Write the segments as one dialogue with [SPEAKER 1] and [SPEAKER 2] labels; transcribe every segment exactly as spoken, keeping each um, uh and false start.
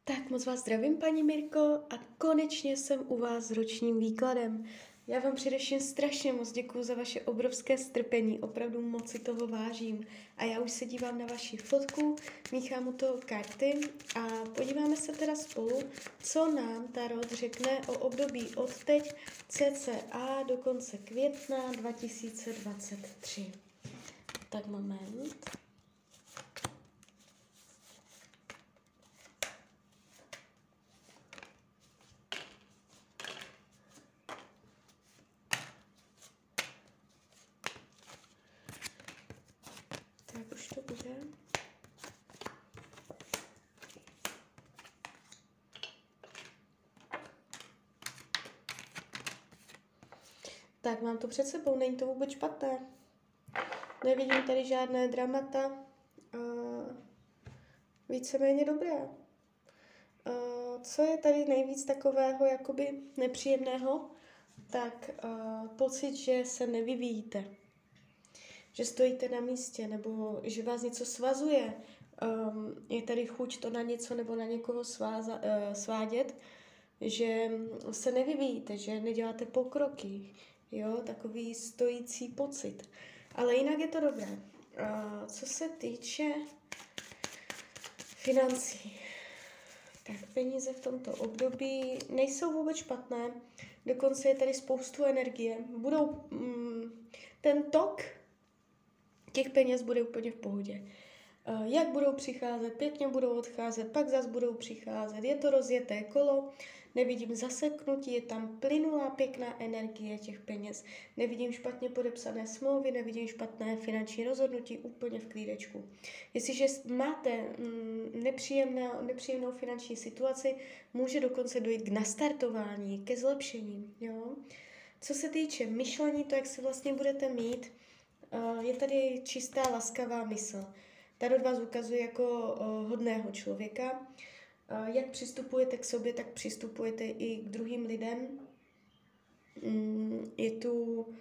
[SPEAKER 1] Tak moc vás zdravím, paní Mirko, a konečně jsem u vás s ročním výkladem. Já vám především strašně moc děkuji za vaše obrovské strpení, opravdu moc si toho vážím. A já už se dívám na vaši fotku, míchám u toho karty a podíváme se teda spolu, co nám Tarot řekne o období od teď cca do konce května dva tisíce dvacet tři. Tak moment. Tak už to bude. Tak mám to před sebou, není to vůbec špatné. Nevidím tady žádné dramata. Uh, víceméně dobré. Uh, co je tady nejvíc takového jakoby nepříjemného? Tak uh, pocit, že se nevyvíjíte. Že stojíte na místě, nebo že vás něco svazuje. Um, je tady chuť to na něco nebo na někoho sváza, uh, svádět. Že se nevyvíjíte, že neděláte pokroky. Jo, takový stojící pocit. Ale jinak je to dobré. Uh, co se týče financí, tak peníze v tomto období nejsou vůbec špatné, dokonce je tady spoustu energie. Budou, mm, ten tok těch peněz bude úplně v pohodě. Uh, jak budou přicházet, pěkně budou odcházet, pak zas budou přicházet. Je to rozjeté kolo, nevidím zaseknutí, je tam plynulá pěkná energie těch peněz. Nevidím špatně podepsané smlouvy, nevidím špatné finanční rozhodnutí, úplně v klídečku. Jestliže máte mm, nepříjemnou, nepříjemnou finanční situaci, může dokonce dojít k nastartování, ke zlepšení. Jo? Co se týče myšlení, to, jak se vlastně budete mít, uh, je tady čistá laskavá mysl. Tarot vás ukazuje jako uh, hodného člověka. Uh, jak přistupujete k sobě, tak přistupujete i k druhým lidem. Mm, je tu uh,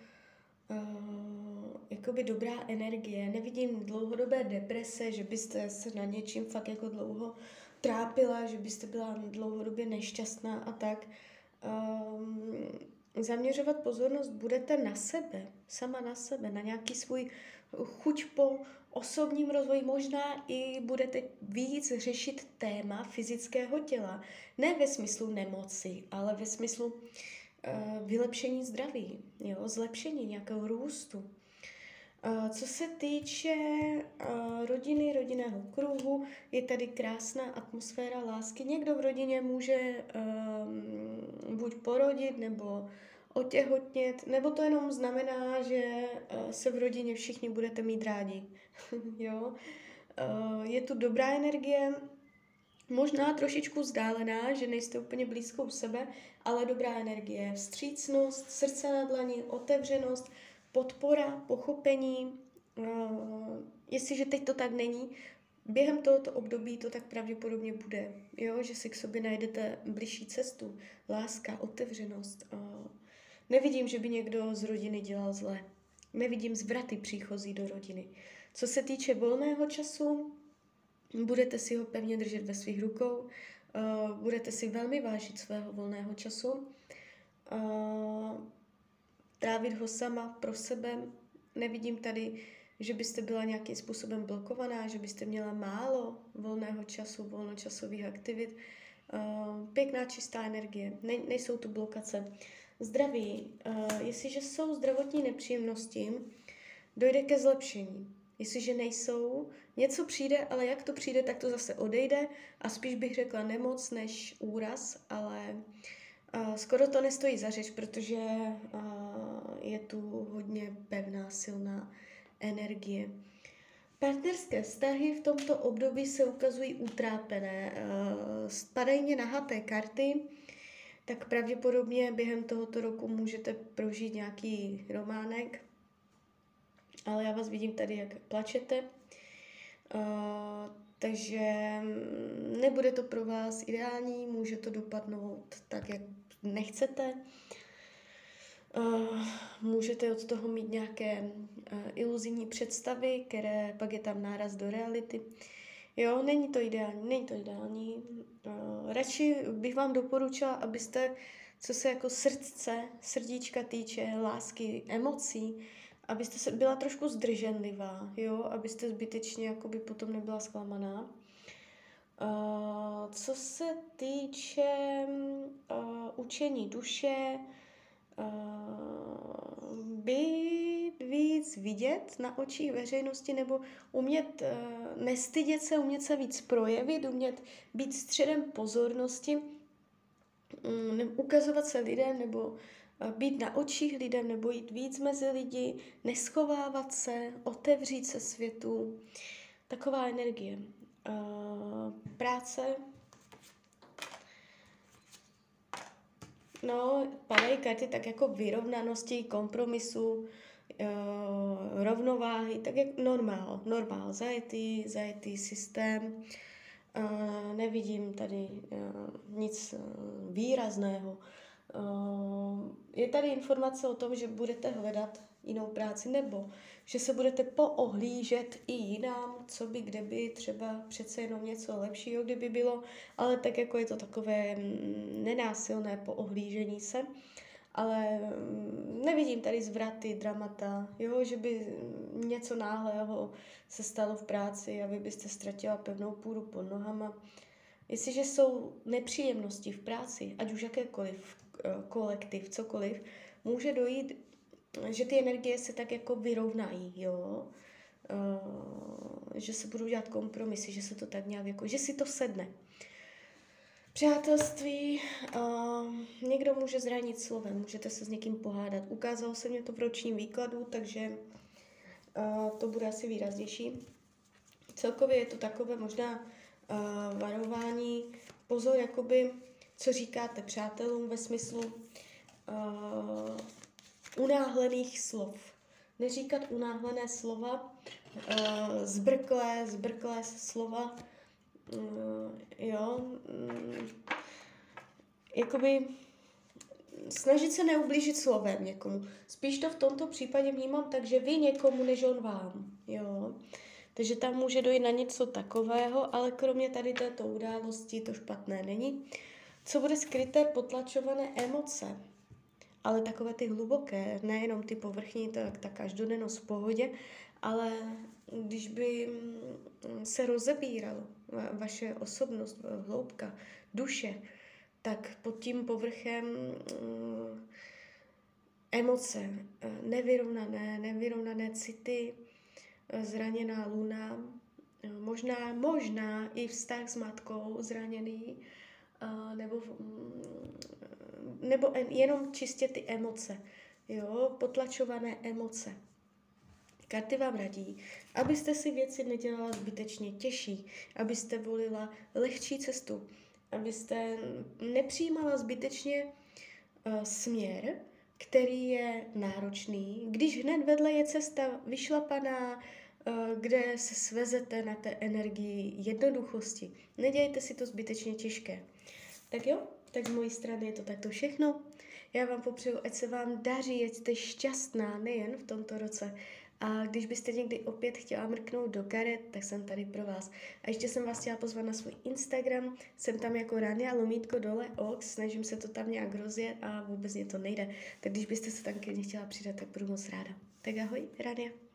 [SPEAKER 1] jakoby dobrá energie. Nevidím dlouhodobé deprese, že byste se na něčím fakt jako dlouho trápila, že byste byla dlouhodobě nešťastná a tak. Um, zaměřovat pozornost budete na sebe, sama na sebe, na nějaký svůj chuť po osobním rozvoji. Možná i budete víc řešit téma fyzického těla. Ne ve smyslu nemoci, ale ve smyslu uh, vylepšení zdraví, jo? Zlepšení nějakého růstu. Uh, co se týče uh, rodiny, rodinného kruhu, je tady krásná atmosféra lásky. Někdo v rodině může um, buď porodit, nebo otěhotnět, nebo to jenom znamená, že uh, se v rodině všichni budete mít rádi. jo? Uh, je tu dobrá energie, možná trošičku vzdálená, že nejste úplně blízko u sebe, ale dobrá energie. Vstřícnost, srdce na dlani, otevřenost, podpora, pochopení. Uh, jestliže teď to tak není, během tohoto období to tak pravděpodobně bude, jo? Že si k sobě najdete bližší cestu, láska, otevřenost. Uh, nevidím, že by někdo z rodiny dělal zle. Nevidím zvraty příchozí do rodiny. Co se týče volného času, budete si ho pevně držet ve svých rukou, uh, budete si velmi vážit svého volného času, uh, trávit ho sama pro sebe. Nevidím tady, že byste byla nějakým způsobem blokovaná, že byste měla málo volného času, volnočasových aktivit. Uh, pěkná čistá energie, ne, nejsou tu blokace. Zdraví, uh, jestliže jsou zdravotní nepříjemnosti, dojde ke zlepšení. Jestliže nejsou, něco přijde, ale jak to přijde, tak to zase odejde a spíš bych řekla nemoc než úraz, ale uh, skoro to nestojí za řeč, protože uh, je tu hodně pevná, silná energie. Partnerské vztahy v tomto období se ukazují utrápené. Uh, spadají mě nahaté karty, tak pravděpodobně během tohoto roku můžete prožít nějaký románek, ale já vás vidím tady, jak plačete, uh, takže nebude to pro vás ideální, může to dopadnout tak, jak nechcete. Uh, můžete od toho mít nějaké uh, iluzivní představy, které pak je tam náraz do reality. Jo, není to ideální, není to ideální. Uh, radši bych vám doporučila, abyste, co se jako srdce, srdíčka týče, lásky, emocí, abyste se byla trošku zdrženlivá, jo, abyste zbytečně jakoby potom nebyla zklamaná. Uh, co se týče uh, učení duše, uh, být víc vidět na očích veřejnosti nebo umět uh, nestydět se, umět se víc projevit, umět být středem pozornosti, um, ne, ukazovat se lidem nebo uh, být na očích lidem nebo jít víc mezi lidi, neschovávat se, otevřít se světu. Taková energie. Uh, práce. No, padají karty tak jako vyrovnanosti, kompromisu, uh, rovnováhy, tak jak normál, normál, zajetý, zajetý systém. Uh, nevidím tady uh, nic uh, výrazného. Uh, je tady informace o tom, že budete hledat jinou práci nebo že se budete poohlížet i jinam, co by, kde by, třeba přece jenom něco lepšího, kdyby bylo, ale tak jako je to takové nenásilné poohlížení se, ale nevidím tady zvraty, dramata, jo, že by něco náhlého se stalo v práci a vy byste ztratila pevnou půdu pod nohama. Jestliže jsou nepříjemnosti v práci, ať už jakékoliv kolektiv, cokoliv, může dojít, že ty energie se tak jako vyrovnají, jo, uh, že se budou dělat kompromisy, že se to tak nějak jako, že si to sedne. Přátelství, uh, někdo může zranit slovem, můžete se s někým pohádat. Ukázalo se mě to v ročním výkladu, takže uh, to bude asi výraznější. Celkově je to takové možná uh, varování, pozor, jakoby, co říkáte přátelům ve smyslu uh, unáhlených slov. Neříkat unáhlené slova, uh, zbrklé, zbrklé slova, uh, jo, um, jakoby snažit se neublížit slovem někomu. Spíš to v tomto případě vnímám tak, že vy někomu, než on vám, jo. Takže tam může dojít na něco takového, ale kromě tady této události to špatné není. Co bude skryté, potlačované emoce, ale takové ty hluboké, nejenom ty povrchní, tak ta každodennost v pohodě, ale když by se rozebíralo vaše osobnost, hloubka, duše, tak pod tím povrchem emoce, nevyrovnané, nevyrovnané city, zraněná luna, možná, možná i vztah s matkou zraněný, nebo, nebo jenom čistě ty emoce, jo, potlačované emoce. Karty vám radí, abyste si věci nedělala zbytečně těžší, abyste volila lehčí cestu, abyste nepřijímala zbytečně uh, směr, který je náročný, když hned vedle je cesta vyšlapaná, uh, kde se svezete na té energii jednoduchosti. Nedějte si to zbytečně těžké. Tak jo, tak z mojí strany je to takto všechno. Já vám popřeju, ať se vám daří, ať jste šťastná nejen v tomto roce. A když byste někdy opět chtěla mrknout do karet, tak jsem tady pro vás. A ještě jsem vás chtěla pozvat na svůj Instagram, jsem tam jako Rania lomítko dole ox, snažím se to tam nějak rozjet a vůbec mě to nejde. Tak když byste se tam ke mně chtěla přidat, tak budu moc ráda. Tak ahoj, Rania.